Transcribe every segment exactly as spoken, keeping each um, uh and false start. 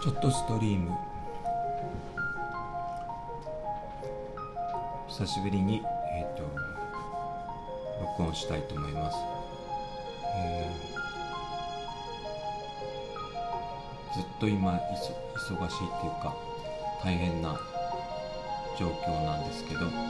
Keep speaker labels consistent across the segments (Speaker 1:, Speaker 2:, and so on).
Speaker 1: ちょっとストリーム、久しぶりに、えー、と録音したいと思います。えー、ずっと今忙しいっていうか大変な状況なんですけど、えー、と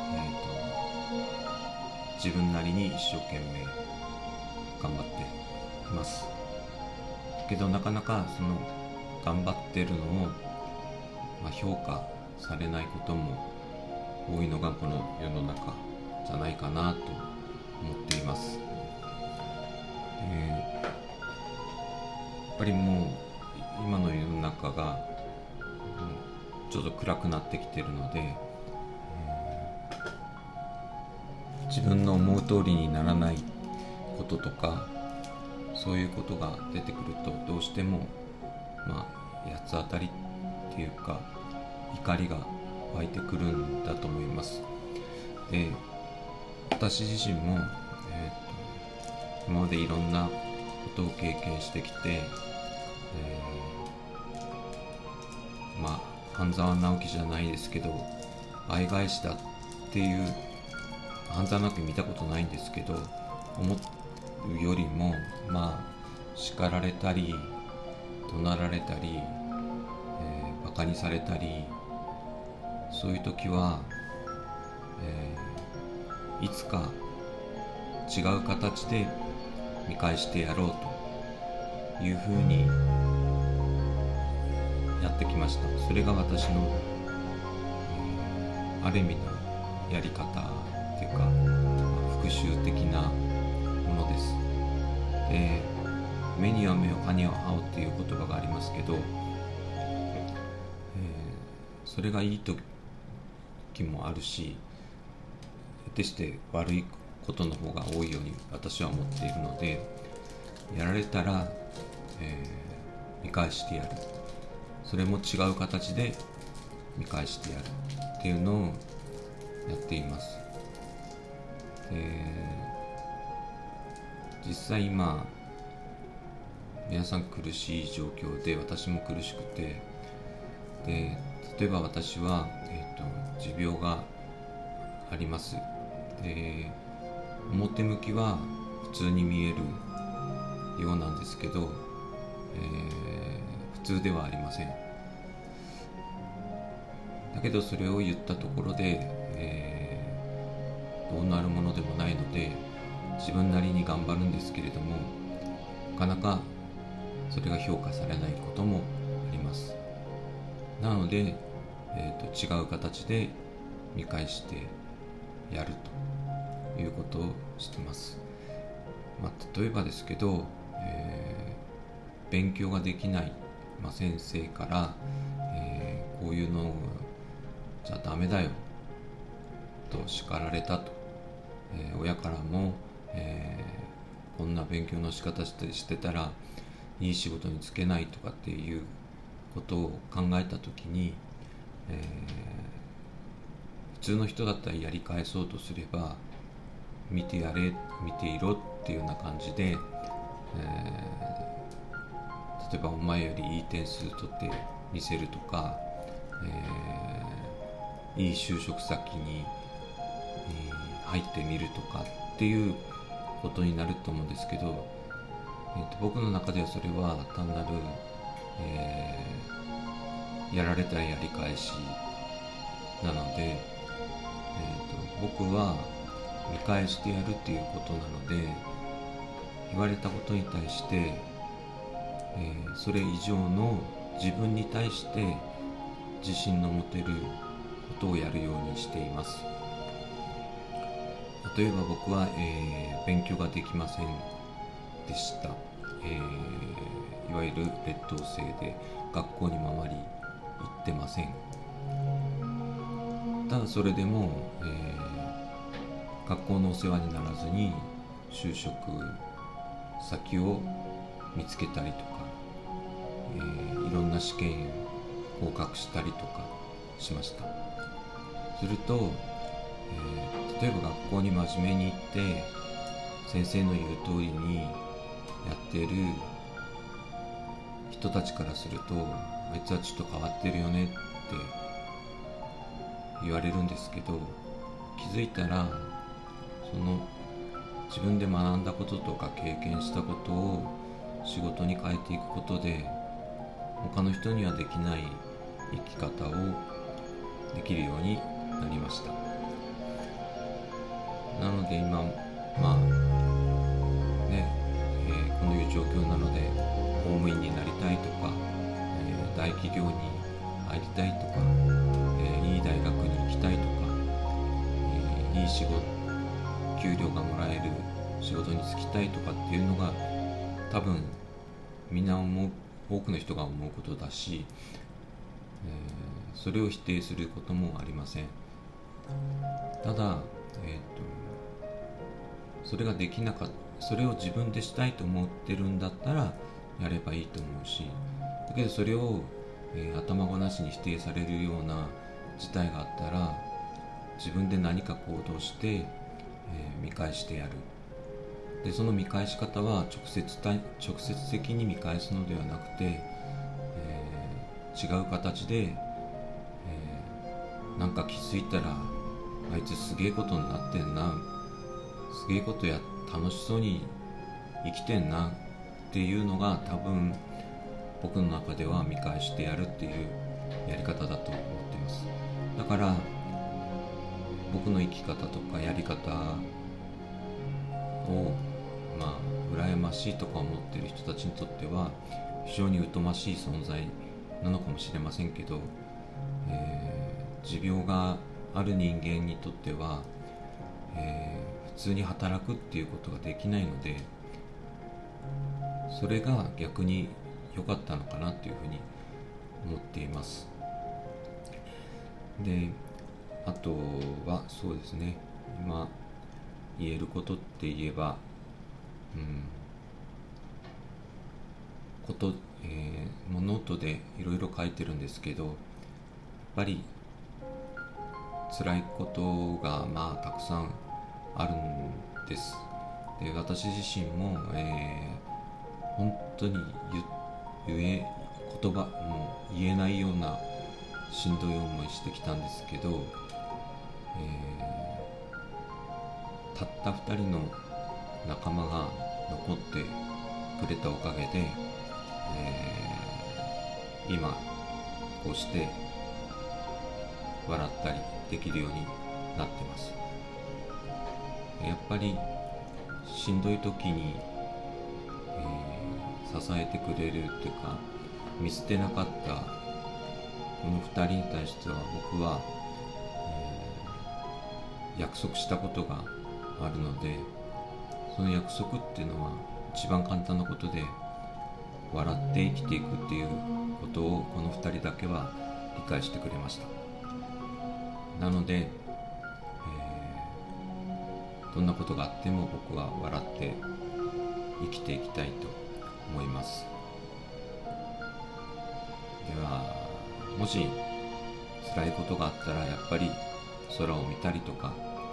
Speaker 1: 自分なりに一生懸命頑張っています。けどなかなかその頑張ってるのを、まあ、評価されないことも多いのがこの世の中じゃないかなと思っています。えー、やっぱりもう今の世の中がちょっと暗くなってきてるので、えー、自分の思う通りにならないこととかそういうことが出てくるとどうしてもまあ八つ当たりっていうか怒りが湧いてくるんだと思います。で、私自身も、えー、と今までいろんなことを経験してきて、えー、まあ半沢直樹じゃないですけど倍返しだっていう、半沢直樹見たことないんですけど思うよりもまあ叱られたり怒鳴られたり、えー、バカにされたり、そういう時は、えー、いつか違う形で見返してやろうというふうにやってきました。それが私の、えー、ある意味のやり方っていうか復讐的なものです。で、目には目を歯には歯をっていう言葉がありますけど、えー、それがいい時もあるし、決して悪いことの方が多いように私は思っているので、やられたら、えー、見返してやる、それも違う形で見返してやるっていうのをやっています。で、実際今皆さん苦しい状況で私も苦しくて、で例えば私は、えーと、持病があります。で、表向きは普通に見えるようなんですけど、えー、普通ではありません。だけどそれを言ったところで、えー、どうなるものでもないので自分なりに頑張るんですけれども、なかなかそれが評価されないこともあります。なので、えー、と違う形で見返してやるということをしてます。まあ、例えばですけど、えー、勉強ができない、まあ、先生から、えー、こういうのじゃダメだよと叱られたと、えー、親からも、えー、こんな勉強の仕方してしてたらいい仕事に就けないとかっていうことを考えたときに、えー、普通の人だったらやり返そうとすれば見てやれ、見ていろっていうような感じで、えー、例えばお前よりいい点数取って見せるとか、えー、いい就職先に、えー、入ってみるとかっていうことになると思うんですけど、えー、と僕の中ではそれは単なる、えー、やられたらやり返しなので、えー、と僕は見返してやるっていうことなので、言われたことに対して、えー、それ以上の自分に対して自信の持てることをやるようにしています。例えば僕は、えー、勉強ができませんでした。えー、いわゆる劣等生で学校にもあまり行ってません。ただそれでも、えー、学校のお世話にならずに就職先を見つけたりとか、えー、いろんな試験合格したりとかしました。すると、えー、例えば学校に真面目に行って先生の言う通りにやっている人たちからするとあいつはちょっと変わってるよねって言われるんですけど、気づいたらその自分で学んだこととか経験したことを仕事に変えていくことで他の人にはできない生き方をできるようになりました。なので今まあね、えー、こういう状況なので公務員になりたいとか、えー、大企業に入りたいとか、えー、いい大学に行きたいとか、えー、いい仕事給料がもらえる仕事に就きたいとかっていうのが多分みんな思う多くの人が思うことだし、えー、それを否定することもありません。ただ、えーと、それができなかったそれを自分でしたいと思ってるんだったらやればいいと思うし、だけどそれを、えー、頭ごなしに否定されるような事態があったら自分で何か行動して、えー、見返してやる。でその見返し方は直接直接的に見返すのではなくて、えー、違う形で、えー、なんか気づいたらあいつすげえことになってんな、すげえことや楽しそうに生きてんなっていうのが多分僕の中では見返してやるっていうやり方だと思っています。だから僕の生き方とかやり方をまあ羨ましいとか思っている人たちにとっては非常に疎ましい存在なのかもしれませんけど、えー、持病がある人間にとっては、えー、普通に働くっていうことができないので、それが逆に良かったのかなっていうふうに思っています。で、あとはそうですね、今言えることって言えば、うん、こと、えー、もうノートでいろいろ書いてるんですけど、やっぱり辛いことがまあたくさんあるんです。で、私自身も、えー、本当に言え言葉も言えないようなしんどい思いしてきたんですけど、えー、たったふたりの仲間が残ってくれたおかげで、えー、今こうして笑ったりできるようになってます。やっぱりしんどい時に、えー、支えてくれるっていうか見捨てなかったこのふたりに対しては僕は、えー、約束したことがあるので、その約束っていうのは一番簡単なことで笑って生きていくっていうことをこのふたりだけは理解してくれました。なので、えー、どんなことがあっても僕は笑って生きていきたいと思います。ではもし辛いことがあったらやっぱり空を見たりとか、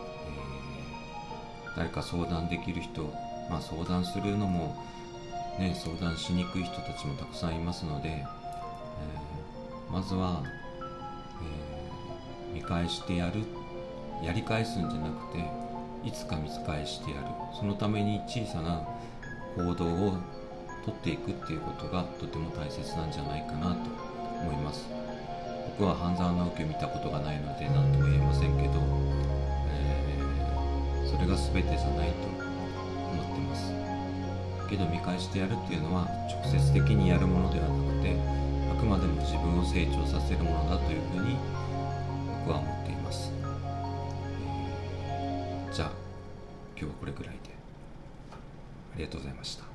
Speaker 1: えー、誰か相談できる人、まあ、相談するのも、ね、相談しにくい人たちもたくさんいますので、えー、まずは、えー、見返してやるやり返すんじゃなくていつか見返してやる、そのために小さな行動をとっていくっていうことがとても大切なんじゃないかなと思います。僕は半沢直樹を見たことがないので何とも言えませんけど、えー、それが全てじゃないと思ってます。けど見返してやるっていうのは直接的にやるものではなくて、あくまでも自分を成長させるものだというふうに僕は思っています。えー、じゃあ今日はこれぐらいでありがとうございました。